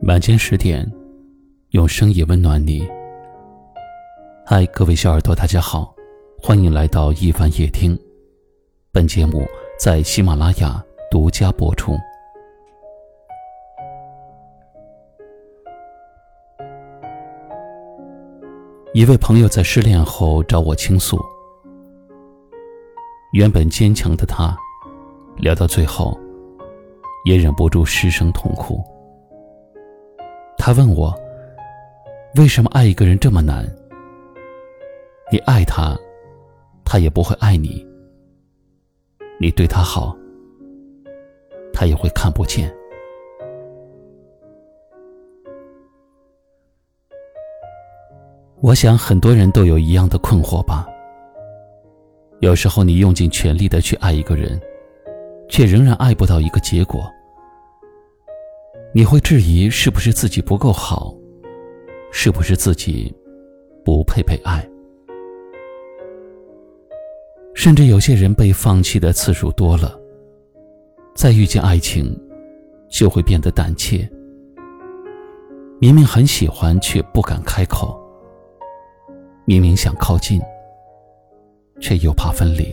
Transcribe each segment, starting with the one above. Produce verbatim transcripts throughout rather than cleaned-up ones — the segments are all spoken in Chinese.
晚间十点，用声音温暖你。嗨，各位小耳朵，大家好，欢迎来到一凡夜听。本节目在喜马拉雅独家播出。一位朋友在失恋后找我倾诉，原本坚强的他，聊到最后也忍不住失声痛哭。他问我，为什么爱一个人这么难？你爱他，他也不会爱你；你对他好，他也会看不见。我想很多人都有一样的困惑吧。有时候你用尽全力的去爱一个人，却仍然爱不到一个结果。你会质疑是不是自己不够好，是不是自己不配被爱。甚至有些人被放弃的次数多了，再遇见爱情就会变得胆怯，明明很喜欢却不敢开口，明明想靠近却又怕分离。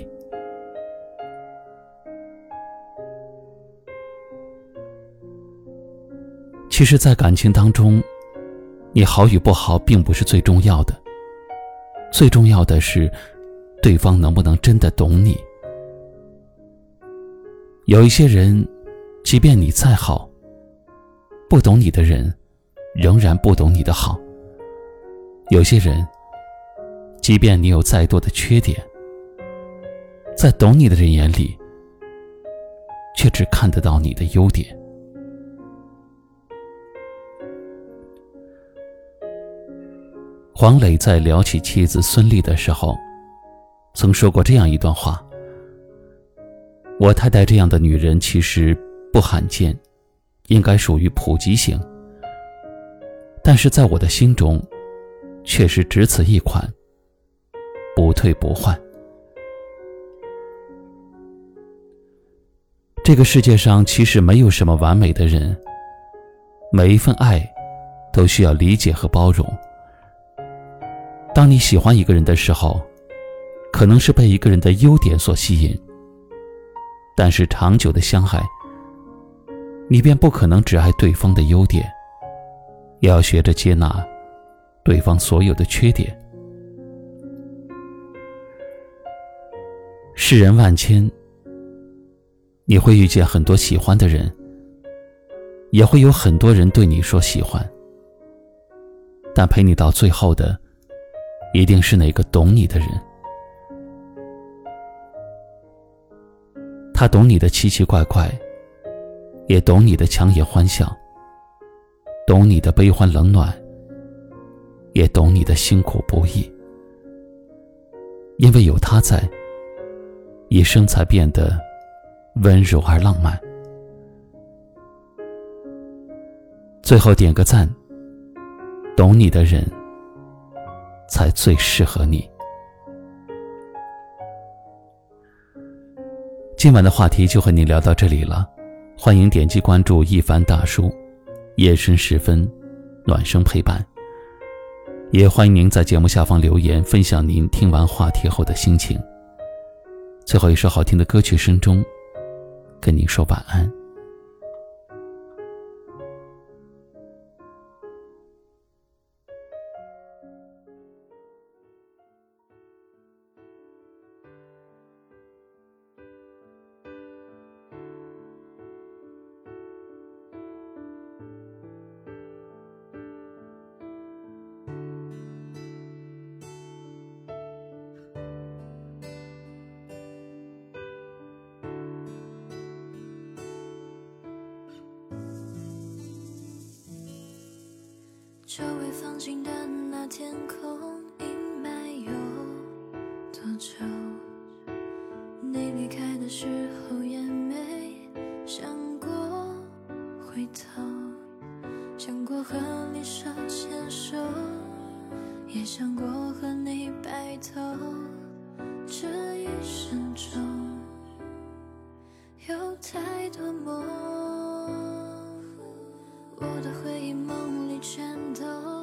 其实在感情当中，你好与不好并不是最重要的，最重要的是对方能不能真的懂你。有一些人，即便你再好，不懂你的人仍然不懂你的好。有些人，即便你有再多的缺点，在懂你的人眼里却只看得到你的优点。黄磊在聊起妻子孙俪的时候，曾说过这样一段话：我太太这样的女人其实不罕见，应该属于普及型，但是在我的心中却是只此一款，不退不换。这个世界上其实没有什么完美的人，每一份爱都需要理解和包容。当你喜欢一个人的时候，可能是被一个人的优点所吸引，但是长久的相爱，你便不可能只爱对方的优点，也要学着接纳对方所有的缺点。世人万千，你会遇见很多喜欢的人，也会有很多人对你说喜欢，但陪你到最后的一定是那个懂你的人。他懂你的奇奇怪怪，也懂你的强颜欢笑，懂你的悲欢冷暖，也懂你的辛苦不易。因为有他在，一生才变得温柔而浪漫。最后点个赞，懂你的人才最适合你。今晚的话题就和你聊到这里了，欢迎点击关注一凡大叔，夜深时分暖声陪伴。也欢迎您在节目下方留言，分享您听完话题后的心情。最后一首好听的歌曲声中，跟您说晚安。 周围放晴的那天空，阴霾有多久？你离开的时候也没想过回头，想过和你手牵手，也想过和你白头。这一生中有太多梦，我的回忆梦里全都